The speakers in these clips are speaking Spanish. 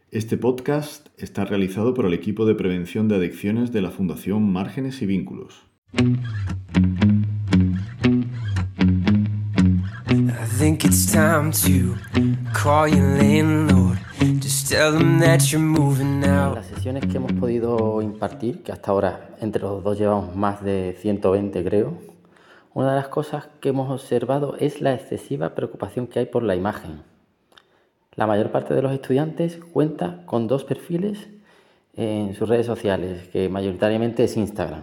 Este podcast está realizado por el equipo de prevención de adicciones de la Fundación Márgenes y Vínculos. En las sesiones que hemos podido impartir, que hasta ahora entre los dos llevamos más de 120 creo, una de las cosas que hemos observado es la excesiva preocupación que hay por la imagen. La mayor parte de los estudiantes cuenta con 2 perfiles en sus redes sociales, que mayoritariamente es Instagram.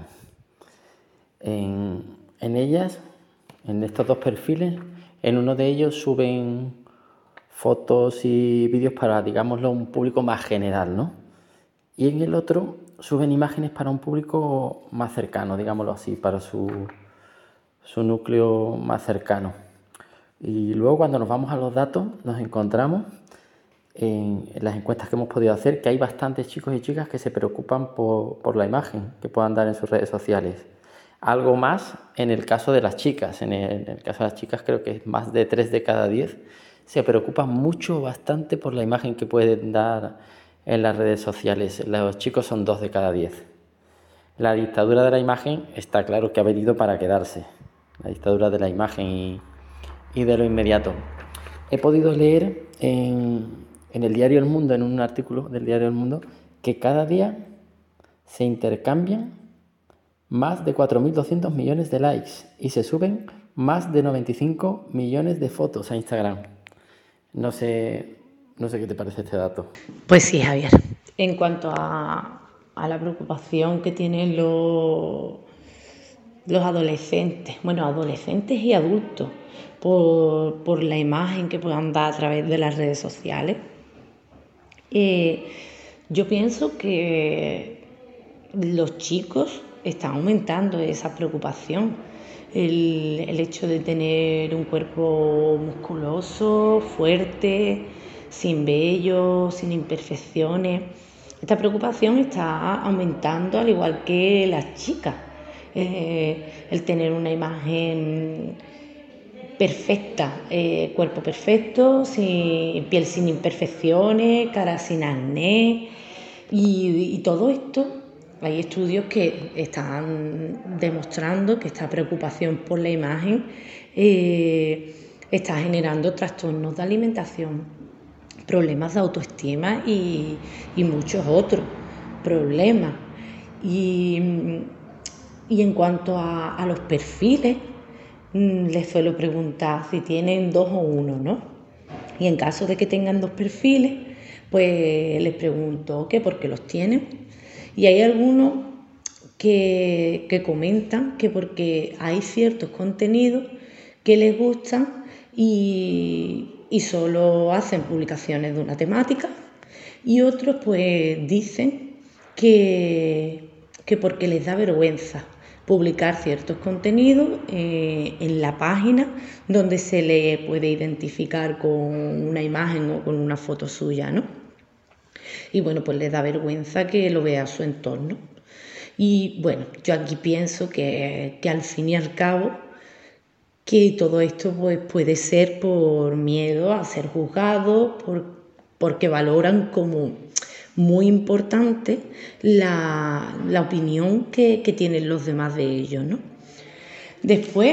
En ellas, en estos 2 perfiles, en uno de ellos suben fotos y vídeos para, digámoslo, un público más general, ¿no? Y en el otro suben imágenes para un público más cercano, digámoslo así, para su núcleo más cercano. Y luego cuando nos vamos a los datos nos encontramos en las encuestas que hemos podido hacer que hay bastantes chicos y chicas que se preocupan por la imagen que puedan dar en sus redes sociales. Algo más en el caso de las chicas. En el caso de las chicas creo que es más de 3 de cada 10 se preocupan mucho, bastante por la imagen que pueden dar en las redes sociales. Los chicos son 2 de cada 10. La dictadura de la imagen está claro que ha venido para quedarse. La dictadura de la imagen y de lo inmediato. He podido leer en el diario El Mundo, en un artículo del diario El Mundo, que cada día se intercambian más de 4.200 millones de likes y se suben más de 95 millones de fotos a Instagram. No sé qué te parece este dato. Pues sí, Javier. En cuanto a la preocupación que tienen los adolescentes, adolescentes y adultos, por la imagen que puedan dar a través de las redes sociales, yo pienso que los chicos están aumentando esa preocupación. El hecho de tener un cuerpo musculoso, fuerte, sin vello, sin imperfecciones. Esta preocupación está aumentando al igual que las chicas. El tener una imagen perfecta, cuerpo perfecto, piel sin imperfecciones, cara sin acné y todo esto. Hay estudios que están demostrando que esta preocupación por la imagen está generando trastornos de alimentación, problemas de autoestima y muchos otros problemas. Y en cuanto a los perfiles, les suelo preguntar si tienen 2 o 1, ¿no? Y en caso de que tengan 2 perfiles, pues les pregunto ¿qué? ¿Por qué los tienen? Y hay algunos que comentan que porque hay ciertos contenidos que les gustan y solo hacen publicaciones de una temática, y otros pues dicen que porque les da vergüenza publicar ciertos contenidos en la página donde se le puede identificar con una imagen o con una foto suya, ¿no? Y bueno, pues les da vergüenza que lo vea su entorno. Y bueno, yo aquí pienso que al fin y al cabo que todo esto pues puede ser por miedo a ser juzgado, porque valoran como muy importante la opinión que tienen los demás de ellos, ¿no? Después,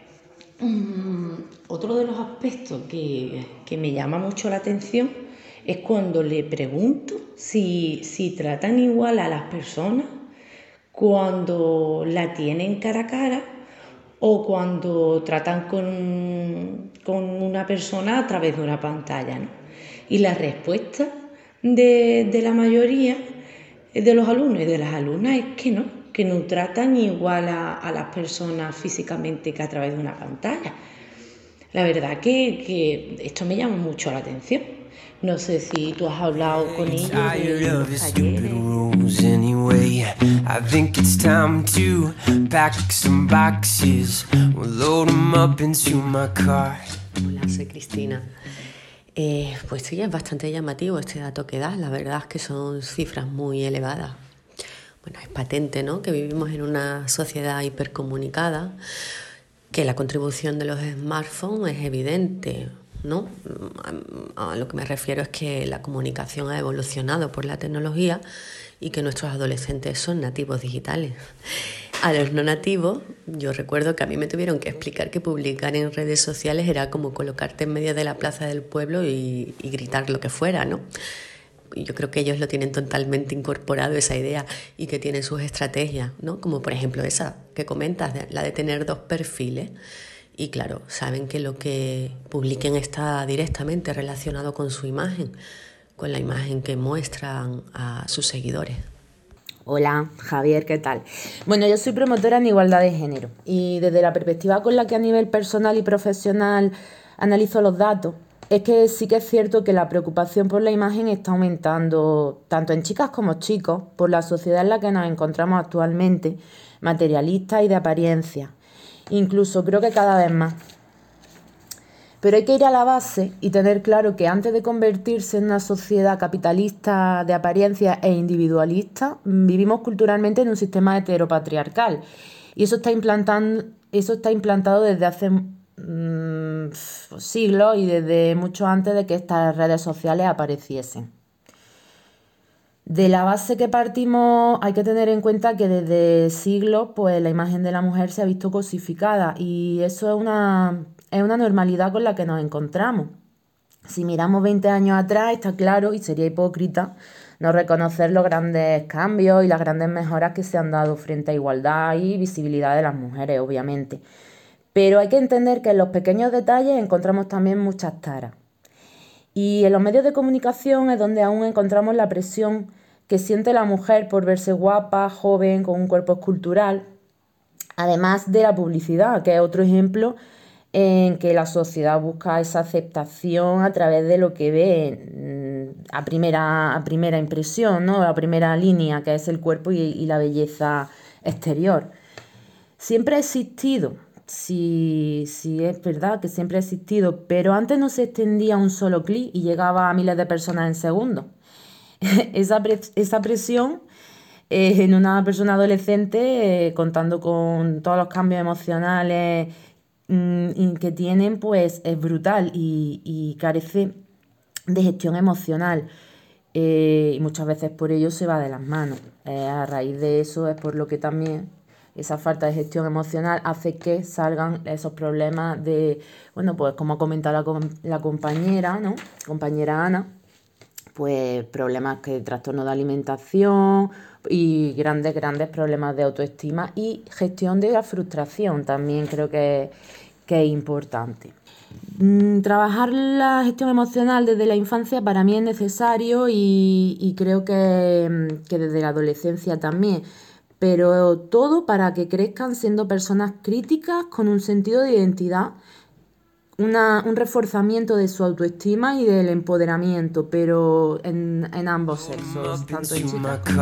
otro de los aspectos que me llama mucho la atención es cuando le pregunto si tratan igual a las personas cuando la tienen cara a cara o cuando tratan con una persona a través de una pantalla, ¿no? Y la respuesta de la mayoría de los alumnos y de las alumnas es que no tratan igual a las personas físicamente que a través de una pantalla. La verdad que esto me llama mucho la atención. No sé si tú has hablado con ellos de los talleres. Hola, soy Cristina. Pues sí, es bastante llamativo este dato que das. La verdad es que son cifras muy elevadas. Bueno, es patente, ¿no?, que vivimos en una sociedad hipercomunicada, que la contribución de los smartphones es evidente. ¿no? A lo que me refiero es que la comunicación ha evolucionado por la tecnología y que nuestros adolescentes son nativos digitales. A los no nativos, yo recuerdo que a mí me tuvieron que explicar que publicar en redes sociales era como colocarte en medio de la plaza del pueblo y gritar lo que fuera, ¿no? Y yo creo que ellos lo tienen totalmente incorporado, esa idea, y que tienen sus estrategias, ¿no? Como por ejemplo esa que comentas, la de tener 2 perfiles. Y claro, saben que lo que publiquen está directamente relacionado con su imagen, con la imagen que muestran a sus seguidores. Hola, Javier, ¿qué tal? Bueno, yo soy promotora en igualdad de género y desde la perspectiva con la que a nivel personal y profesional analizo los datos, es que sí que es cierto que la preocupación por la imagen está aumentando tanto en chicas como chicos por la sociedad en la que nos encontramos actualmente, materialista y de apariencia. Incluso creo que cada vez más. Pero hay que ir a la base y tener claro que antes de convertirse en una sociedad capitalista de apariencia e individualista, vivimos culturalmente en un sistema heteropatriarcal. Y eso está implantado desde hace siglos y desde mucho antes de que estas redes sociales apareciesen. De la base que partimos hay que tener en cuenta que desde siglos pues, la imagen de la mujer se ha visto cosificada y eso es una normalidad con la que nos encontramos. Si miramos 20 años atrás, está claro, y sería hipócrita, no reconocer los grandes cambios y las grandes mejoras que se han dado frente a igualdad y visibilidad de las mujeres, obviamente. Pero hay que entender que en los pequeños detalles encontramos también muchas taras. Y en los medios de comunicación es donde aún encontramos la presión que siente la mujer por verse guapa, joven, con un cuerpo escultural, además de la publicidad, que es otro ejemplo en que la sociedad busca esa aceptación a través de lo que ve a primera impresión, ¿no? A primera línea, que es el cuerpo y la belleza exterior. Siempre ha existido, sí es verdad que siempre ha existido, pero antes no se extendía un solo clic y llegaba a miles de personas en segundos. Esa presión en una persona adolescente, contando con todos los cambios emocionales que tienen, pues es brutal y carece de gestión emocional. Y muchas veces por ello se va de las manos. A raíz de eso es por lo que también esa falta de gestión emocional hace que salgan esos problemas de, bueno, pues como ha comentado la compañera, ¿no? Compañera Ana, pues problemas que trastorno de alimentación y grandes problemas de autoestima y gestión de la frustración también creo que es importante. Trabajar la gestión emocional desde la infancia para mí es necesario y creo que desde la adolescencia también, pero todo para que crezcan siendo personas críticas con un sentido de identidad, un reforzamiento de su autoestima y del empoderamiento, pero en ambos sexos, tanto en chicas como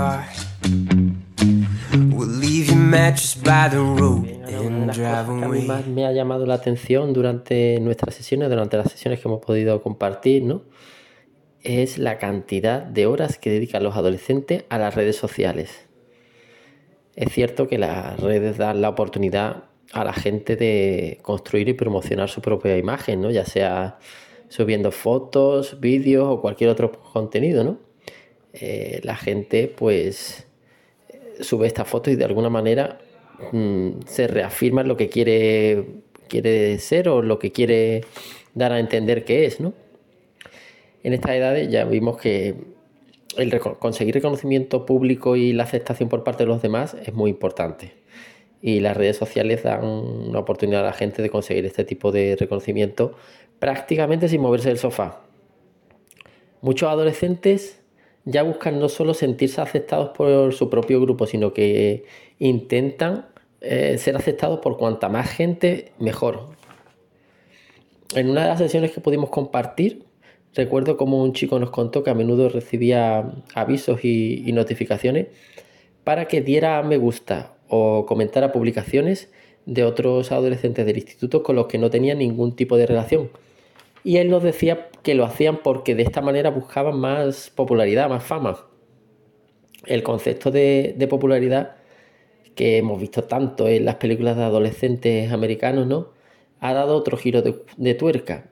Una de las cosas que a mí más me ha llamado la atención durante nuestras sesiones, durante las sesiones que hemos podido compartir, ¿no? Es la cantidad de horas que dedican los adolescentes a las redes sociales. Es cierto que las redes dan la oportunidad a la gente de construir y promocionar su propia imagen, ¿no? Ya sea subiendo fotos, vídeos o cualquier otro contenido, ¿no? La gente pues sube estas fotos y de alguna manera se reafirma en lo que quiere ser o lo que quiere dar a entender que es, ¿no? En estas edades ya vimos que conseguir reconocimiento público y la aceptación por parte de los demás es muy importante. Y las redes sociales dan una oportunidad a la gente de conseguir este tipo de reconocimiento prácticamente sin moverse del sofá. Muchos adolescentes ya buscan no solo sentirse aceptados por su propio grupo, sino que intentan ser aceptados por cuanta más gente, mejor. En una de las sesiones que pudimos compartir, recuerdo cómo un chico nos contó que a menudo recibía avisos y notificaciones para que diera me gusta o comentara publicaciones de otros adolescentes del instituto con los que no tenía ningún tipo de relación. Y él nos decía que lo hacían porque de esta manera buscaban más popularidad, más fama. El concepto de popularidad que hemos visto tanto en las películas de adolescentes americanos, ¿no? Ha dado otro giro de tuerca.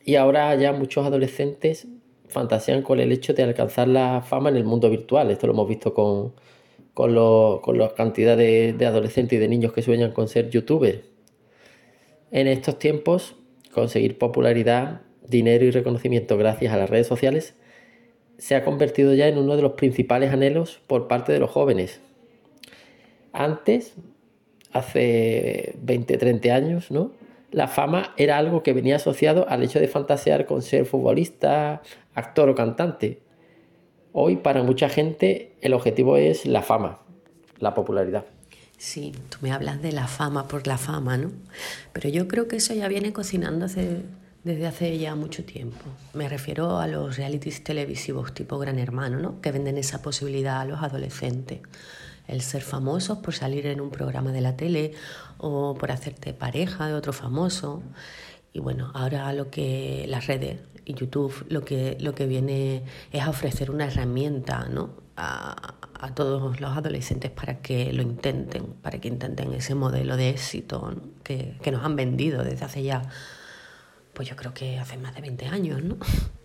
y ahora ya muchos adolescentes fantasean con el hecho de alcanzar la fama en el mundo virtual. Esto lo hemos visto con la cantidad de adolescentes y de niños que sueñan con ser youtubers. En estos tiempos, conseguir popularidad, dinero y reconocimiento gracias a las redes sociales se ha convertido ya en uno de los principales anhelos por parte de los jóvenes. Antes, hace 20, 30 años, ¿no?, la fama era algo que venía asociado al hecho de fantasear con ser futbolista, actor o cantante. Hoy, para mucha gente, el objetivo es la fama, la popularidad. Sí, tú me hablas de la fama por la fama, ¿no? Pero yo creo que eso ya viene cocinándose desde hace ya mucho tiempo. Me refiero a los realities televisivos tipo Gran Hermano, ¿no?, que venden esa posibilidad a los adolescentes. El ser famosos por salir en un programa de la tele o por hacerte pareja de otro famoso. Y bueno, ahora las redes y YouTube lo que viene es a ofrecer una herramienta, ¿no?, a todos los adolescentes para que lo intenten, para que intenten ese modelo de éxito, ¿no?, que nos han vendido desde hace ya, pues yo creo que hace más de 20 años, ¿no?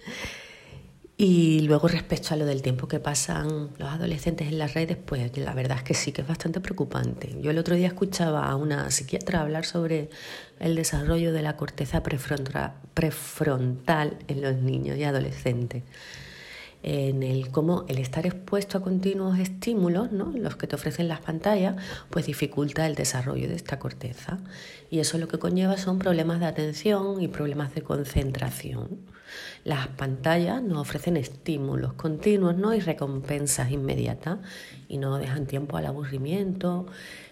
Y luego, respecto a lo del tiempo que pasan los adolescentes en las redes, pues la verdad es que sí que es bastante preocupante. Yo el otro día escuchaba a una psiquiatra hablar sobre el desarrollo de la corteza prefrontal en los niños y adolescentes, en cómo el estar expuesto a continuos estímulos, ¿no?, los que te ofrecen las pantallas, pues dificulta el desarrollo de esta corteza. Y eso lo que conlleva son problemas de atención y problemas de concentración. Las pantallas nos ofrecen estímulos continuos, ¿no?, y recompensas inmediatas, y no dejan tiempo al aburrimiento,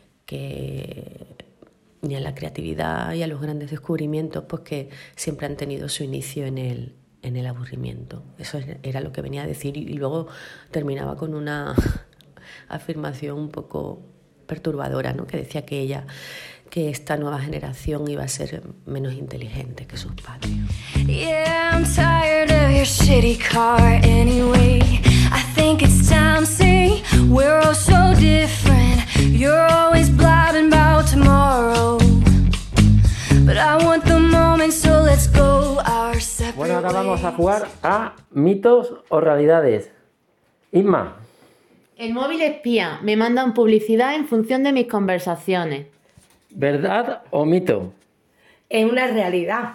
ni a la creatividad y a los grandes descubrimientos, pues que siempre han tenido su inicio en el aburrimiento. Eso era lo que venía a decir, y luego terminaba con una afirmación un poco perturbadora, ¿no?, que decía que esta nueva generación iba a ser menos inteligente que sus padres. Yeah, I'm tired of your shitty car anyway. I think it's time to see we're all so different. You're always blabbing about tomorrow, but I want the moment, so let's go our separate ways. Bueno, ahora vamos a jugar a mitos o realidades. Isma. El móvil espía. Me mandan publicidad en función de mis conversaciones. ¿Verdad o mito? Es una realidad.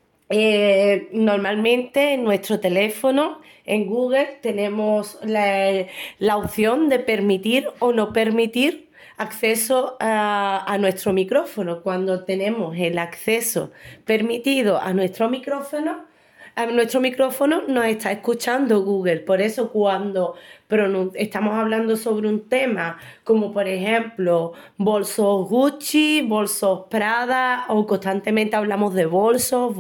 Normalmente en nuestro teléfono, en Google, tenemos la opción de permitir o no permitir acceso a nuestro micrófono. Cuando tenemos el acceso permitido a nuestro micrófono nos está escuchando Google. Por eso cuando estamos hablando sobre un tema como por ejemplo bolsos Gucci, bolsos Prada, o constantemente hablamos de bolsos,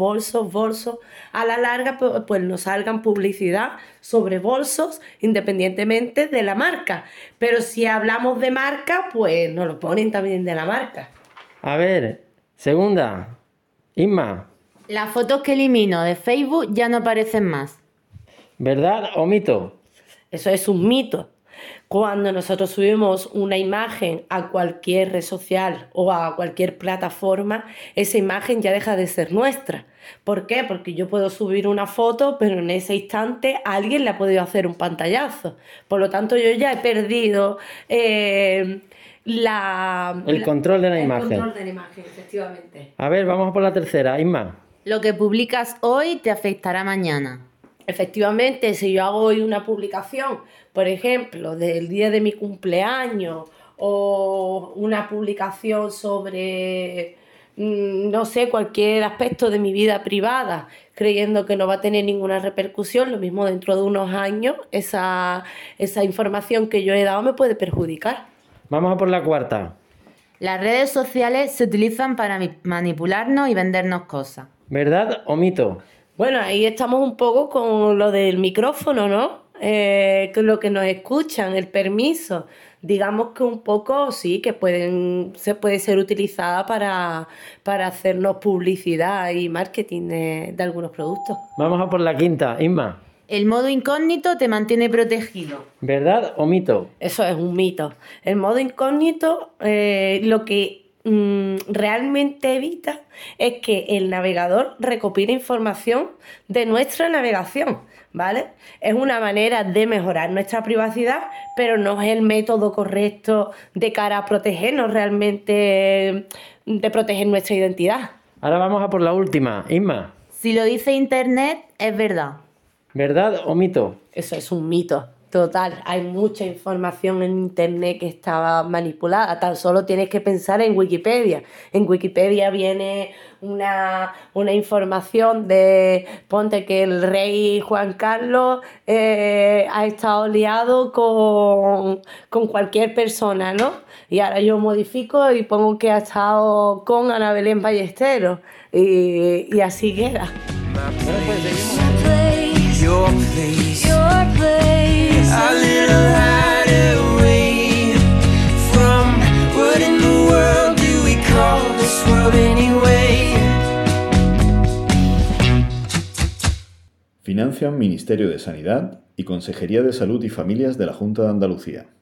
a la larga pues nos salgan publicidad sobre bolsos independientemente de la marca. Pero si hablamos de marca, pues nos lo ponen también de la marca. A ver, segunda. Isma. Las fotos que elimino de Facebook ya no aparecen más. ¿Verdad o mito? Eso es un mito. Cuando nosotros subimos una imagen a cualquier red social o a cualquier plataforma, esa imagen ya deja de ser nuestra. ¿Por qué? Porque yo puedo subir una foto, pero en ese instante alguien le ha podido hacer un pantallazo. Por lo tanto, yo ya he perdido el control de la imagen. El control de la imagen, efectivamente. A ver, vamos por la tercera. Isma. Lo que publicas hoy te afectará mañana. Efectivamente, si yo hago hoy una publicación, por ejemplo, del día de mi cumpleaños, o una publicación sobre, no sé, cualquier aspecto de mi vida privada, creyendo que no va a tener ninguna repercusión, lo mismo dentro de unos años, esa información que yo he dado me puede perjudicar. Vamos a por la cuarta. Las redes sociales se utilizan para manipularnos y vendernos cosas. ¿Verdad o mito? Bueno, ahí estamos un poco con lo del micrófono, ¿no? Con lo que nos escuchan, el permiso. Digamos que un poco sí, que se puede ser utilizada para hacernos publicidad y marketing de algunos productos. Vamos a por la quinta. Isma. El modo incógnito te mantiene protegido. ¿Verdad o mito? Eso es un mito. El modo incógnito lo que realmente evita es que el navegador recopile información de nuestra navegación, ¿vale? Es una manera de mejorar nuestra privacidad, pero no es el método correcto de cara a protegernos realmente, de proteger nuestra identidad. Ahora vamos a por la última. Inma, Si lo dice Internet, es verdad. ¿verdad o mito? Eso es un mito. Total, hay mucha información en internet que está manipulada. Tan solo tienes que pensar en Wikipedia. En Wikipedia viene una información de, ponte que el rey Juan Carlos ha estado liado con cualquier persona, ¿no? Y ahora yo modifico y pongo que ha estado con Ana Belén Ballesteros. Y así queda. Your place, a little hideaway from what in the world do we call this world anyway? Financian Ministerio de Sanidad y Consejería de Salud y Familias de la Junta de Andalucía.